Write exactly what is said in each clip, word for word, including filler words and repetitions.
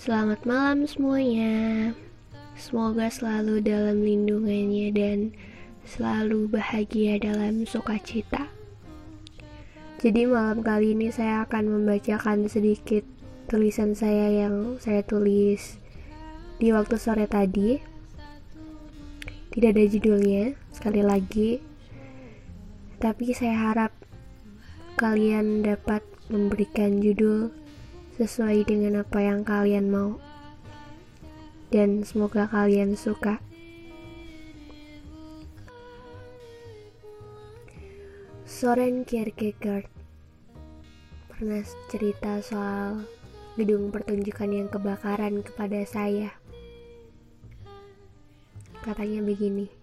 Selamat malam semuanya. Semoga selalu dalam lindungannya dan selalu bahagia dalam sukacita. Jadi malam kali ini saya akan membacakan sedikit tulisan saya yang saya tulis di waktu sore tadi. Tidak ada judulnya, sekali lagi. Tapi saya harap kalian dapat memberikan judul sesuai dengan apa yang kalian mau, dan semoga kalian suka. Soren Kierkegaard pernah cerita soal gedung pertunjukan yang kebakaran kepada saya. Katanya begini,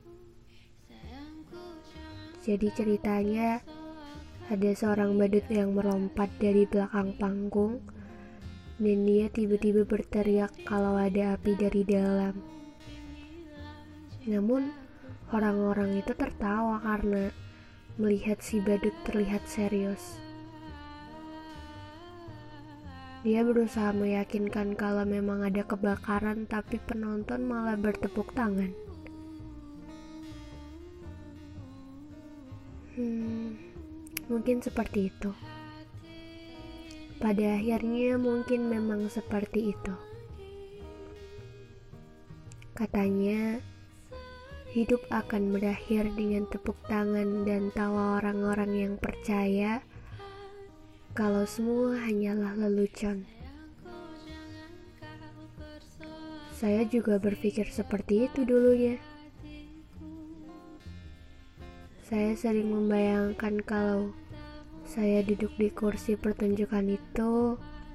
jadi ceritanya ada seorang badut yang melompat dari belakang panggung dan dia tiba-tiba berteriak kalau ada api dari dalam. Namun, orang-orang itu tertawa karena melihat si badut terlihat serius. Dia berusaha meyakinkan kalau memang ada kebakaran, tapi penonton malah bertepuk tangan. Hmm, mungkin seperti itu. Pada akhirnya mungkin memang seperti itu. Katanya, hidup akan berakhir dengan tepuk tangan dan tawa orang-orang yang percaya kalau semua hanyalah lelucon. Saya juga berpikir seperti itu dulunya. Saya sering membayangkan kalau saya duduk di kursi pertunjukan itu,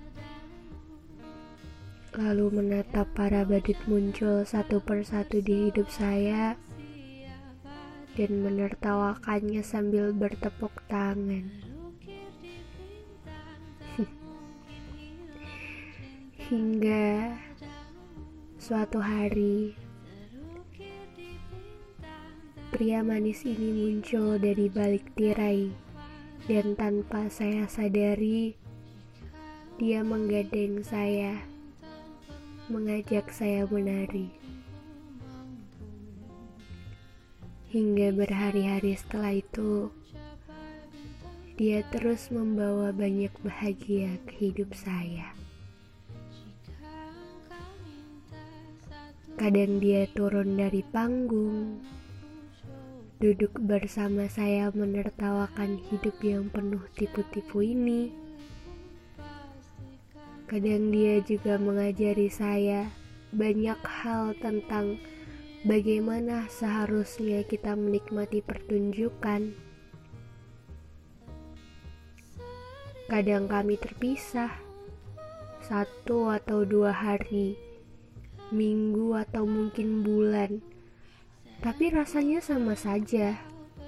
lalu menatap para badut muncul satu persatu di hidup saya, dan menertawakannya sambil bertepuk tangan. Hingga suatu hari, pria manis ini muncul dari balik tirai. Dan tanpa saya sadari, dia menggandeng saya, mengajak saya menari. Hingga berhari-hari setelah itu, dia terus membawa banyak bahagia ke hidup saya. Kadang dia turun dari panggung, duduk bersama saya menertawakan hidup yang penuh tipu-tipu ini. Kadang dia juga mengajari saya banyak hal tentang bagaimana seharusnya kita menikmati pertunjukan. Kadang kami terpisah satu atau dua hari, minggu atau mungkin bulan, tapi rasanya sama saja.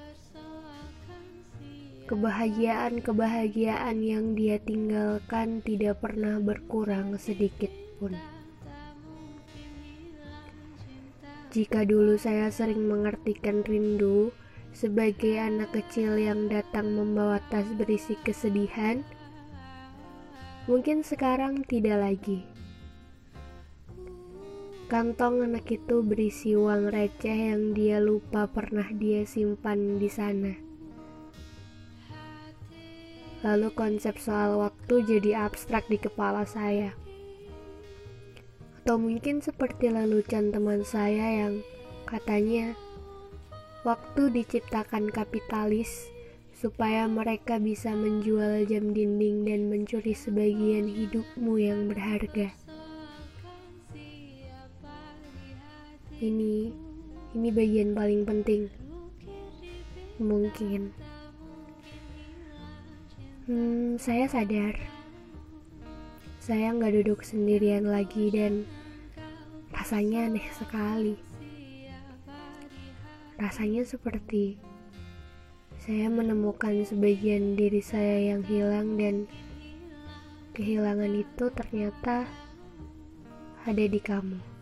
Kebahagiaan-kebahagiaan yang dia tinggalkan tidak pernah berkurang sedikit pun. Jika dulu saya sering mengartikan rindu sebagai anak kecil yang datang membawa tas berisi kesedihan, mungkin sekarang tidak lagi. Kantong anak itu berisi uang receh yang dia lupa pernah dia simpan di sana. Lalu konsep soal waktu jadi abstrak di kepala saya. Atau mungkin seperti lelucon teman saya yang katanya, waktu diciptakan kapitalis supaya mereka bisa menjual jam dinding dan mencuri sebagian hidupmu yang berharga. Ini, ini bagian paling penting. Mungkin. Hmm, saya sadar. Saya nggak duduk sendirian lagi dan rasanya aneh sekali. Rasanya seperti saya menemukan sebagian diri saya yang hilang dan kehilangan itu ternyata ada di kamu.